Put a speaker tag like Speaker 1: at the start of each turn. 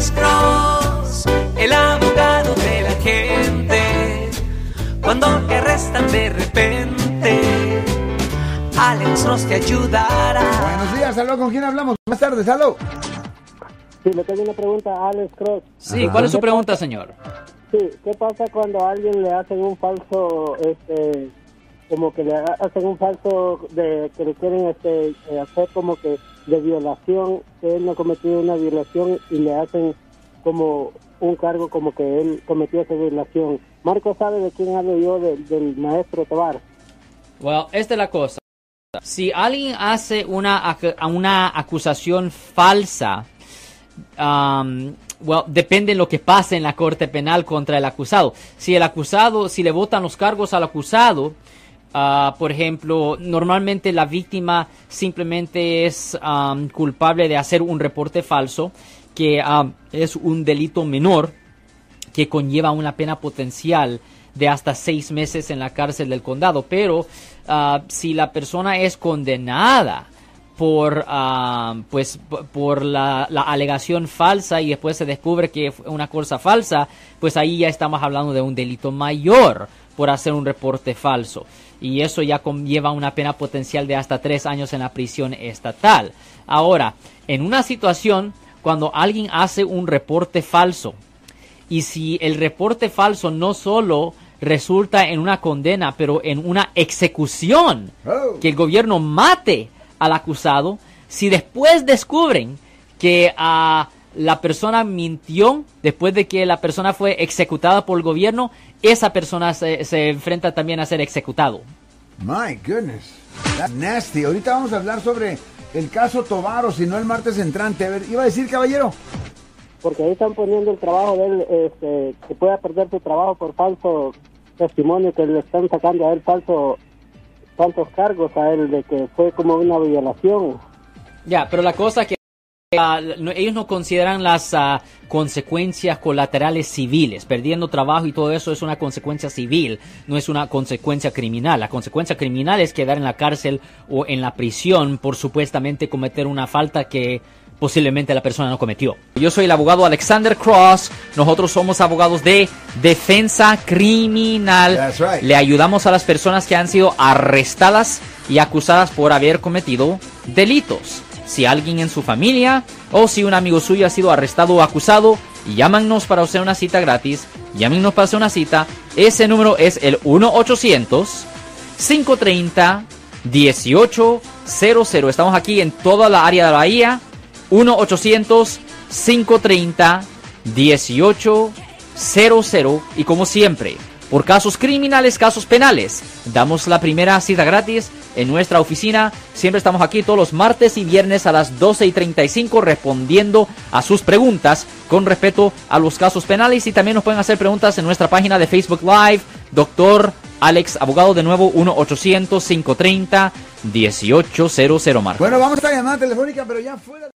Speaker 1: Alex Cross, el abogado de la gente. Cuando te arrestan de repente, Alex Cross te ayudará.
Speaker 2: Buenos días, aló, ¿con quién hablamos? Buenas tardes, aló.
Speaker 3: Sí, le tengo una pregunta a Alex Cross.
Speaker 4: Sí, ¿cuál es su pregunta, señor?
Speaker 3: Sí, ¿qué pasa cuando a alguien le hacen un falso, como que le hacen un falso de que le quieren hacer como que de violación, que él no ha cometido una violación y le hacen como un cargo como que él cometió esa violación? Marco sabe de quién hablo yo, del maestro Tobar.
Speaker 4: Well, esta es la cosa. Si alguien hace una acusación falsa, depende de lo que pase en la corte penal contra el acusado. Si le votan los cargos al acusado, por ejemplo, normalmente la víctima simplemente es culpable de hacer un reporte falso, que es un delito menor que conlleva una pena potencial de hasta 6 meses en la cárcel del condado. Pero si la persona es condenada por la alegación falsa y después se descubre que fue una cosa falsa, pues ahí ya estamos hablando de un delito mayor por hacer un reporte falso. Y eso ya conlleva una pena potencial de hasta 3 años en la prisión estatal. Ahora, en una situación cuando alguien hace un reporte falso, y si el reporte falso no solo resulta en una condena, pero en una ejecución, que el gobierno mate al acusado, si después descubren que la persona mintió después de que la persona fue ejecutada por el gobierno, esa persona se enfrenta también a ser ejecutado.
Speaker 2: My goodness, that's nasty. Ahorita vamos a hablar sobre el caso Tobar, o si no el martes entrante. A ver, iba a decir, caballero.
Speaker 3: Porque ahí están poniendo el trabajo de él, que pueda perder su trabajo por falso testimonio, que le están sacando a él falsos cargos a él de que fue como una violación.
Speaker 4: Ya, pero la cosa que ellos no consideran las consecuencias colaterales civiles. Perdiendo trabajo y todo eso es una consecuencia civil, no es una consecuencia criminal. La consecuencia criminal es quedar en la cárcel o en la prisión por supuestamente cometer una falta que posiblemente la persona no cometió. Yo soy el abogado Alexander Cross. Nosotros somos abogados de defensa criminal.
Speaker 2: That's right.
Speaker 4: Le ayudamos a las personas que han sido arrestadas y acusadas por haber cometido delitos. Si alguien en su familia o si un amigo suyo ha sido arrestado o acusado, llámanos para hacer una cita gratis. Llámenos para hacer una cita. Ese número es el 1-800-530-1800. Estamos aquí en toda la área de la Bahía. 1-800-530-1800. Y como siempre, por casos criminales, casos penales, damos la primera cita gratis en nuestra oficina. Siempre estamos aquí todos los martes y viernes a las 12:35 respondiendo a sus preguntas con respecto a los casos penales. Y también nos pueden hacer preguntas en nuestra página de Facebook Live. Doctor Alex Abogado, de nuevo, 1-800-530-1800, Marcos.
Speaker 2: Bueno, vamos a esta llamada telefónica, pero ya fuera.